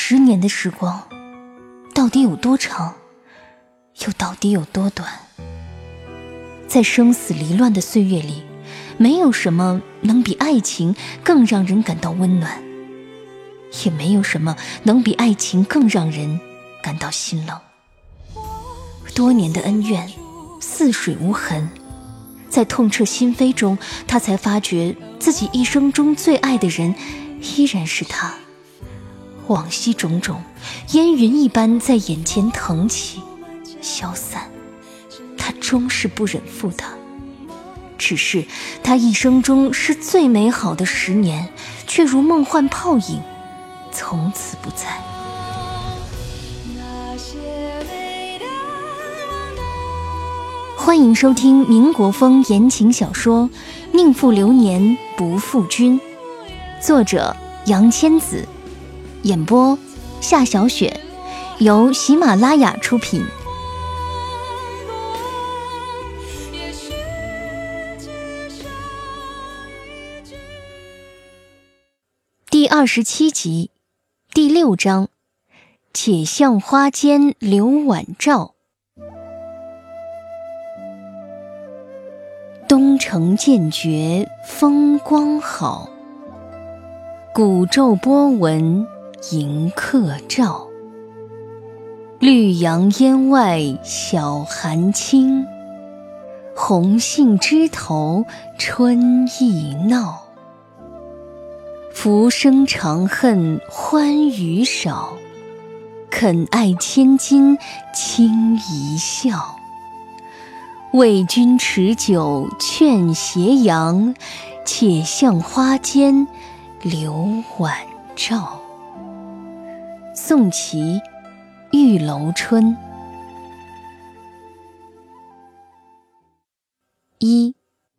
10年的时光到底有多长，又到底有多短？在生死离乱的岁月里，没有什么能比爱情更让人感到温暖，也没有什么能比爱情更让人感到心冷。多年的恩怨似水无痕，在痛彻心扉中，他才发觉自己一生中最爱的人依然是他。往昔种种烟云一般在眼前腾起消散，他终是不忍负他。只是他一生中是最美好的10年，却如梦幻泡影，从此不在。欢迎收听民国风言情小说《宁负流年不负君》，作者杨千子，演播夏小雪，由喜马拉雅出品。第27集第6章，且向花间留晚照。东城渐觉风光好，古昼波纹迎客照。绿杨烟外晓寒清，红杏枝头春意闹。浮生长恨欢娱少，肯爱千金轻一笑。为君持酒劝斜阳，且向花间留晚照。宋琦，玉楼春。1，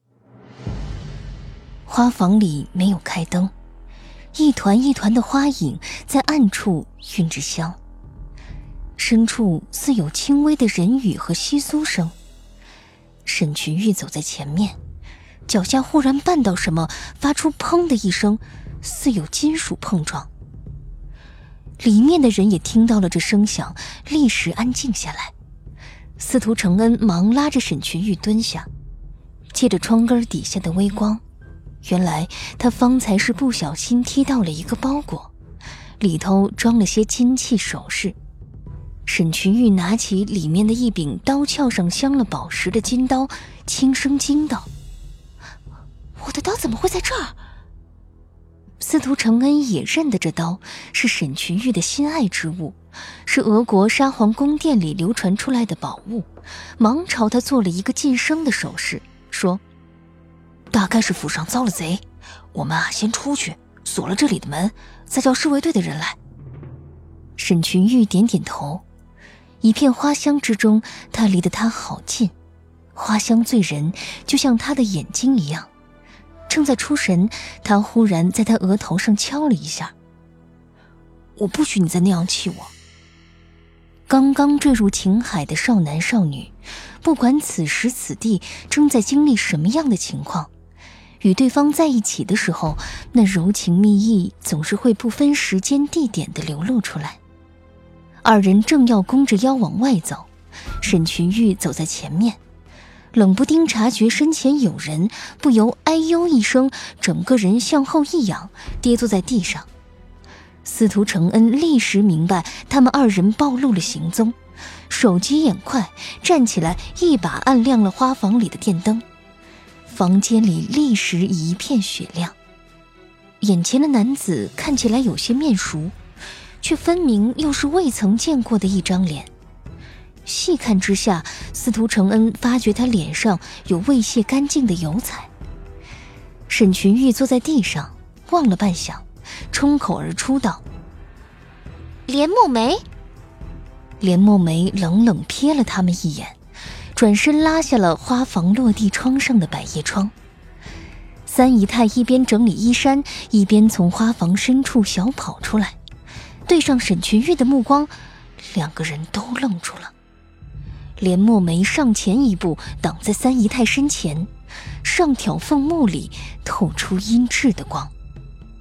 花房里没有开灯，一团一团的花影在暗处晕着香，深处似有轻微的人语和窸窣声。沈群玉走在前面，脚下忽然绊到什么，发出砰的一声，似有金属碰撞。里面的人也听到了这声响，立时安静下来。司徒承恩忙拉着沈群玉蹲下，借着窗根底下的微光，原来他方才是不小心踢到了一个包裹，里头装了些金器首饰。沈群玉拿起里面的一柄刀鞘上镶了宝石的金刀，轻声惊道：“我的刀怎么会在这儿？”司徒承恩也认得这刀是沈群玉的心爱之物，是俄国沙皇宫殿里流传出来的宝物，忙朝他做了一个噤声的手势，说：“大概是府上遭了贼，我们先出去锁了这里的门，再叫侍卫队的人来。”沈群玉点点头。一片花香之中，他离得他好近，花香醉人，就像他的眼睛一样。正在出神，他忽然在他额头上敲了一下：“我不许你再那样气我。”刚刚坠入情海的少男少女，不管此时此地正在经历什么样的情况，与对方在一起的时候，那柔情蜜意总是会不分时间地点地流露出来。二人正要弓着腰往外走，沈群玉走在前面，冷不丁察觉身前有人，不由哎呦一声，整个人向后一仰，跌坐在地上。司徒承恩立时明白他们二人暴露了行踪，手疾眼快，站起来一把按亮了花房里的电灯，房间里立时一片雪亮。眼前的男子看起来有些面熟，却分明又是未曾见过的一张脸。细看之下，司徒承恩发觉他脸上有未卸干净的油彩。沈群玉坐在地上，望了半晌，冲口而出道：“连墨梅。”连墨梅冷冷瞥了他们一眼，转身拉下了花房落地窗上的百叶窗。三姨太一边整理衣衫，一边从花房深处小跑出来，对上沈群玉的目光，两个人都愣住了。连墨梅上前一步，挡在三姨太身前，上挑凤目里透出阴鸷的光。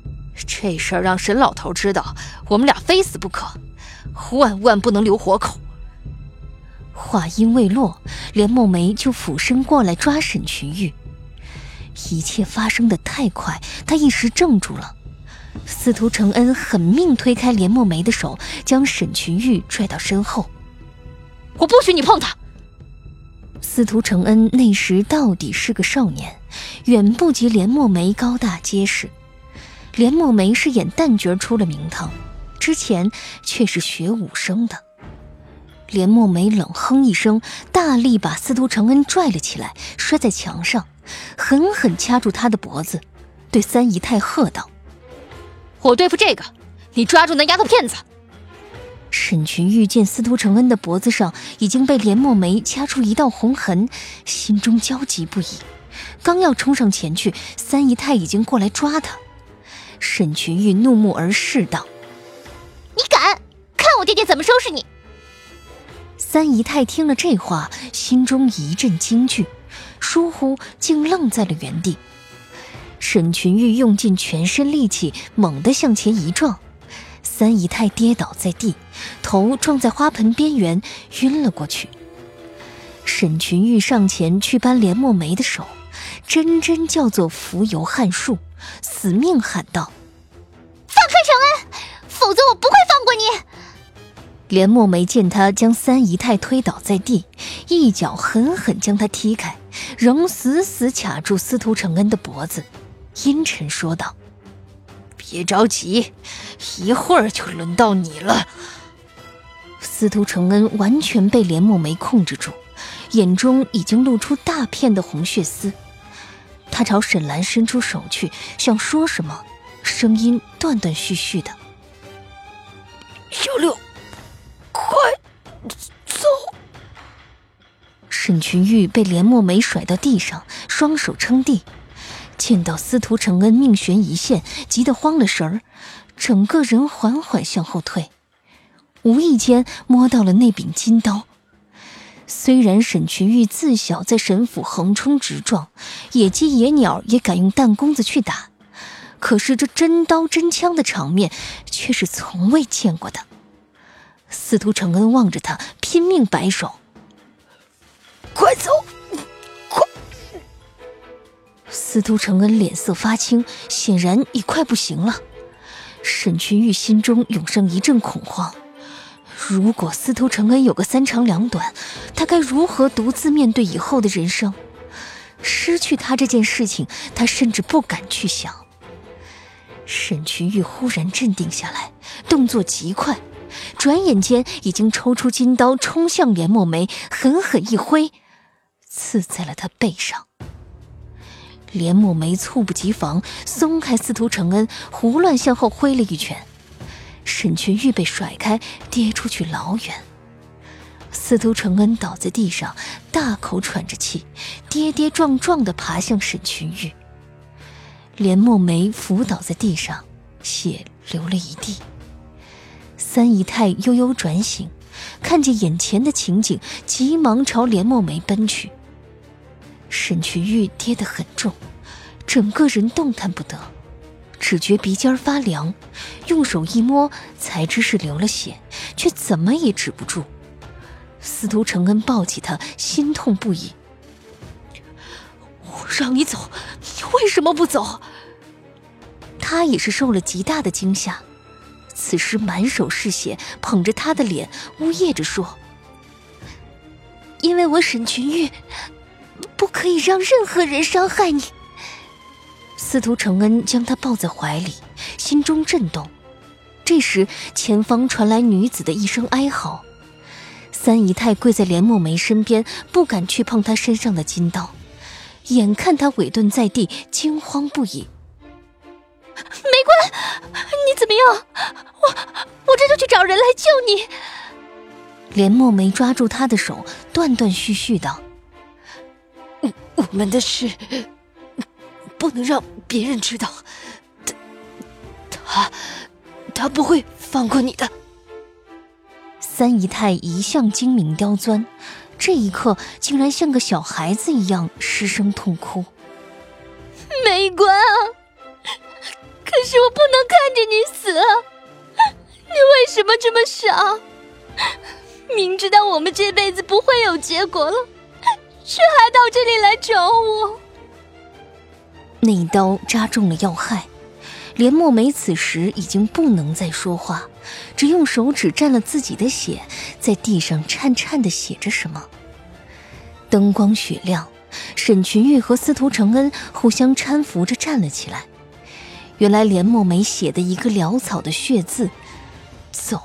这事儿让沈老头知道，我们俩非死不可，万万不能留活口。 话音未落，连墨梅就俯身过来抓沈群玉。一切发生的太快，他一时怔住了。司徒承恩狠命推开连墨梅的手，将沈群玉拽到身后。 我不许你碰他！ 司徒承恩那时到底是个少年，远不及连墨梅高大结实。连墨梅是演旦角出了名堂，之前却是学武生的。连墨梅冷哼一声，大力把司徒承恩拽了起来，摔在墙上，狠狠掐住他的脖子，对三姨太喝道： 我对付这个，你抓住那丫头片子！ 沈群玉见司徒承恩的脖子上已经被连墨梅掐出一道红痕，心中焦急不已，刚要冲上前去，三姨太已经过来抓他。沈群玉怒目而视道： 你敢看我爹爹怎么收拾你！ 三姨太听了这话，心中一阵惊惧，疏忽竟愣在了原地。沈群玉用尽全身力气，猛地向前一撞，三姨太跌倒在地，头撞在花盆边缘，晕了过去。沈群玉上前去扳连墨梅的手，真叫做浮游撼树，死命喊道： 放开承恩，否则我不会放过你！ 连墨梅见他将三姨太推倒在地，一脚狠狠将他踢开，仍死死卡住司徒承恩的脖子，阴沉说道： 别着急，一会儿就轮到你了。 司徒承恩完全被连墨梅控制住，眼中已经露出大片的红血丝。他朝沈兰伸出手去，想说什么，声音断断续续的： 小六，快走！ 沈群玉被连墨梅甩到地上，双手撑地，见到司徒承恩命悬一线，急得慌了神儿，整个人缓缓向后退，无意间摸到了那柄金刀。虽然沈群玉自小在沈府横冲直撞，野鸡野鸟也敢用弹弓子去打，可是这真刀真枪的场面却是从未见过的。司徒承恩望着他，拼命摆手： 快走，快！ 司徒承恩脸色发青，显然已快不行了。沈群玉心中涌上一阵恐慌，如果司徒承恩有个三长两短，他该如何独自面对以后的人生？失去他这件事情，他甚至不敢去想。沈群玉忽然镇定下来，动作极快，转眼间已经抽出金刀，冲向连墨梅，狠狠一挥，刺在了他背上。连墨梅猝不及防，松开司徒承恩，胡乱向后挥了一拳。沈群玉被甩开，跌出去老远。司徒承恩倒在地上，大口喘着气，跌跌撞撞地爬向沈群玉。连墨梅伏倒在地上，血流了一地。三姨太悠悠转醒，看见眼前的情景，急忙朝连墨梅奔去。沈群玉跌得很重，整个人动弹不得，只觉鼻尖发凉，用手一摸才知是流了血，却怎么也止不住。司徒承恩抱起他，心痛不已：我让你走，你为什么不走？他也是受了极大的惊吓，此时满手是血，捧着他的脸呜咽着说：因为我沈群玉不可以让任何人伤害你。司徒承恩将他抱在怀里，心中震动。这时前方传来女子的一声哀嚎，三姨太跪在连墨梅身边，不敢去碰她身上的金刀，眼看她委顿在地，惊慌不已。 玫瑰，你怎么样？我这就去找人来救你。 连墨梅抓住他的手，断断续续道： 我们的事不能让别人知道，他不会放过你的。 三姨太一向精明刁钻，这一刻竟然像个小孩子一样失声痛哭。 玫瑰啊，可是我不能看着你死啊！你为什么这么傻？明知道我们这辈子不会有结果了，却还到这里来找我。 那一刀扎中了要害，连墨梅此时已经不能再说话，只用手指沾了自己的血，在地上颤颤地写着什么。灯光雪亮，沈群玉和司徒承恩互相搀扶着站了起来。原来连墨梅写的一个潦草的血字，走。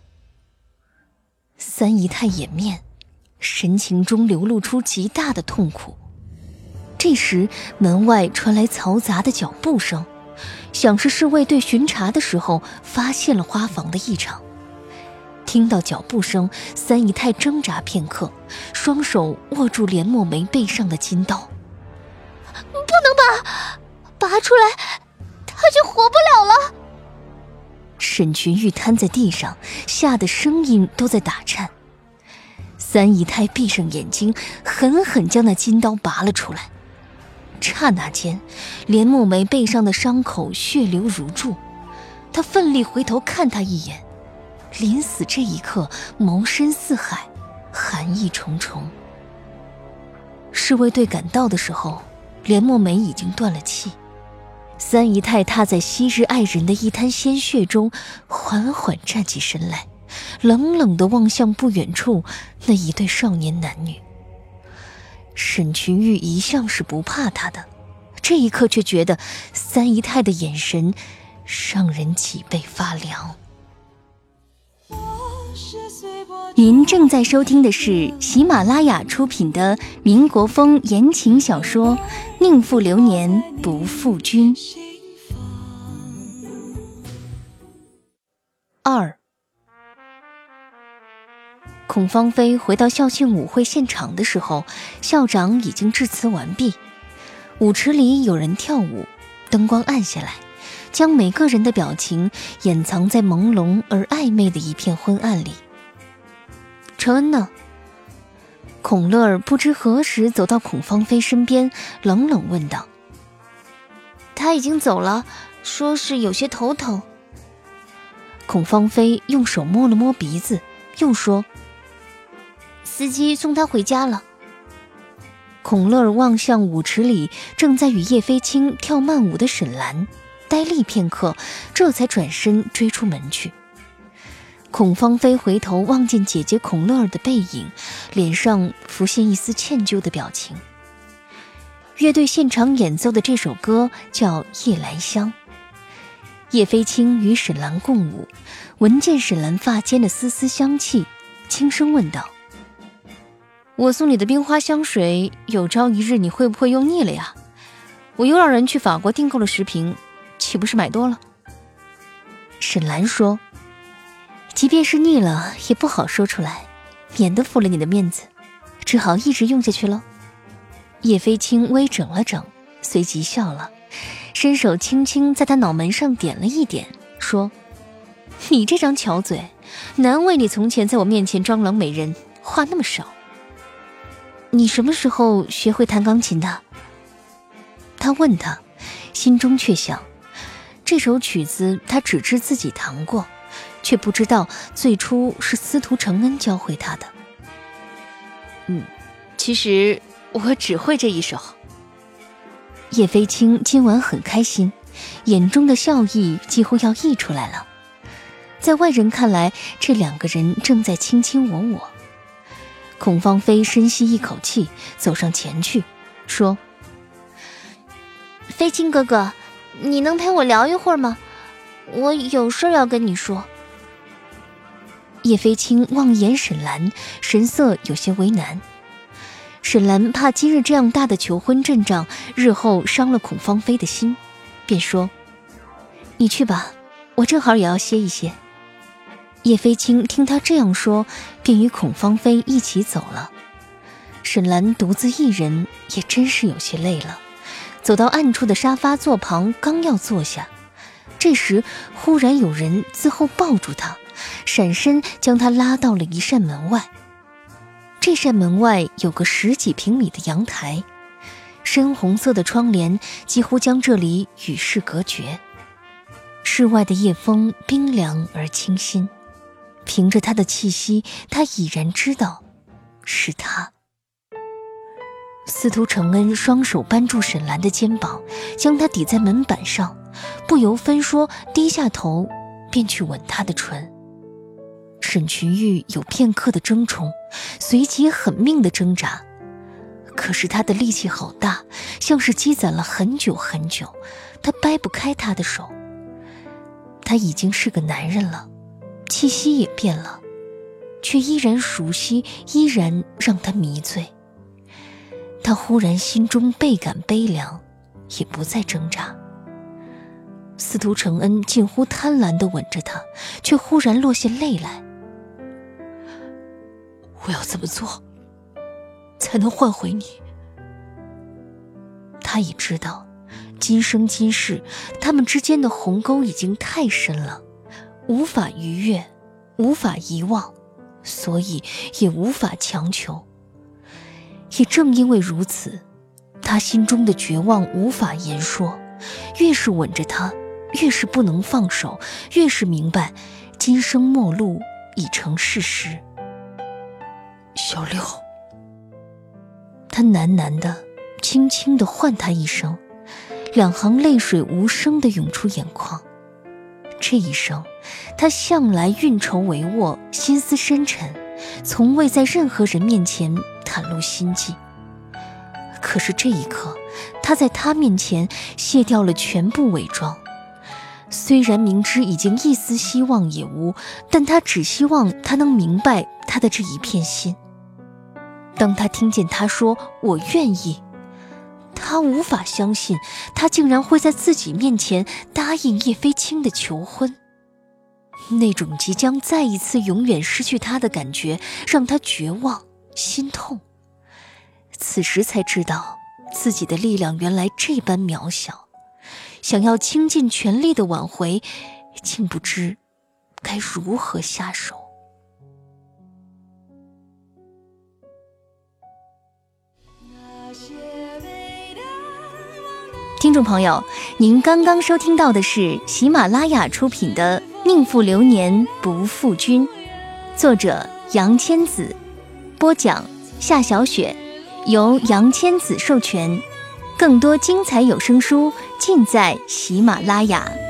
三姨太掩面，神情中流露出极大的痛苦。这时门外传来嘈杂的脚步声，想是侍卫队巡查的时候发现了花房的异常。听到脚步声，三姨太挣扎片刻，双手握住连墨梅背上的金刀。 不能拔出来，他就活不了了。 沈群玉瘫在地上，吓得声音都在打颤。三姨太闭上眼睛，狠狠将那金刀拔了出来。刹那间，连墨梅背上的伤口血流如注，她奋力回头看他一眼，临死这一刻，眸深似海，寒意重重。侍卫队赶到的时候，连墨梅已经断了气。三姨太踏在昔日爱人的一滩鲜血中，缓缓站起身来，冷冷地望向不远处那一对少年男女。沈群玉一向是不怕他的，这一刻却觉得三姨太的眼神让人脊背发凉。您正在收听的是喜马拉雅出品的民国风言情小说《宁负流年不负君》2。孔芳菲回到校庆舞会现场的时候，校长已经致辞完毕。舞池里有人跳舞，灯光暗下来，将每个人的表情掩藏在朦胧而暧昧的一片昏暗里。承恩呢？孔乐儿不知何时走到孔芳菲身边，冷冷问道。 他已经走了，说是有些头疼。 孔芳菲用手摸了摸鼻子，又说， 司机送他回家了。 孔乐儿望向舞池里正在与叶飞青跳慢舞的沈兰，呆立片刻，这才转身追出门去。孔芳菲回头望见姐姐孔乐儿的背影，脸上浮现一丝歉疚的表情。乐队现场演奏的这首歌叫《夜来香》。叶飞青与沈兰共舞，闻见沈兰发间的丝丝香气，轻声问道，我送你的冰花香水，有朝一日你会不会用腻了呀？我又让人去法国订购了10瓶，岂不是买多了？沈兰说，即便是腻了也不好说出来，免得负了你的面子，只好一直用下去了。叶飞青微整了整，随即笑了，伸手轻轻在他脑门上点了一点，说，你这张巧嘴，难为你从前在我面前装冷美人，话那么少。你什么时候学会弹钢琴的？他问他，心中却想，这首曲子他只知自己弹过，却不知道最初是司徒承恩教会他的。其实我只会这一首。叶飞青今晚很开心，眼中的笑意几乎要溢出来了。在外人看来，这两个人正在卿卿我我。孔芳菲深吸一口气，走上前去，说， 飞青哥哥，你能陪我聊一会儿吗？我有事要跟你说。 叶飞青望眼沈兰，神色有些为难。沈兰怕今日这样大的求婚阵仗日后伤了孔芳菲的心，便说，你去吧，我正好也要歇一歇。叶飞青听他这样说，便与孔芳菲一起走了。沈兰独自一人也真是有些累了，走到暗处的沙发座旁，刚要坐下，这时忽然有人自后抱住他，闪身将他拉到了一扇门外。这扇门外有个10几平米的阳台，深红色的窗帘几乎将这里与世隔绝。 室外的夜风冰凉而清新，凭着他的气息，他已然知道是他。司徒承恩双手扳住沈兰的肩膀，将她抵在门板上，不由分说低下头便去吻她的唇。沈群玉有片刻的争宠，随即狠命的挣扎，可是他的力气好大，像是积攒了很久很久，他掰不开他的手。他已经是个男人了，气息也变了，却依然熟悉，依然让他迷醉。他忽然心中倍感悲凉，也不再挣扎。司徒承恩近乎贪婪地吻着他，却忽然落下泪来。 我要怎么做才能换回你？ 他也知道今生今世他们之间的鸿沟已经太深了，无法逾越，无法遗忘，所以也无法强求。也正因为如此，他心中的绝望无法言说，越是吻着他，越是不能放手，越是明白今生陌路已成事实。 小六， 他喃喃地轻轻地唤他一声，两行泪水无声地涌出眼眶。这一生他向来运筹帷幄，心思深沉，从未在任何人面前袒露心迹。可是这一刻，他在他面前卸掉了全部伪装。虽然明知已经一丝希望也无，但他只希望他能明白他的这一片心。当他听见他说我愿意，他无法相信他竟然会在自己面前答应叶飞青的求婚。那种即将再一次永远失去他的感觉让他绝望心痛。此时才知道自己的力量原来这般渺小，想要倾尽全力的挽回，竟不知该如何下手。听众朋友，您刚刚收听到的是喜马拉雅出品的《宁负流年不负君》，作者杨千子，播讲夏小雪，由杨千子授权。更多精彩有声书尽在喜马拉雅。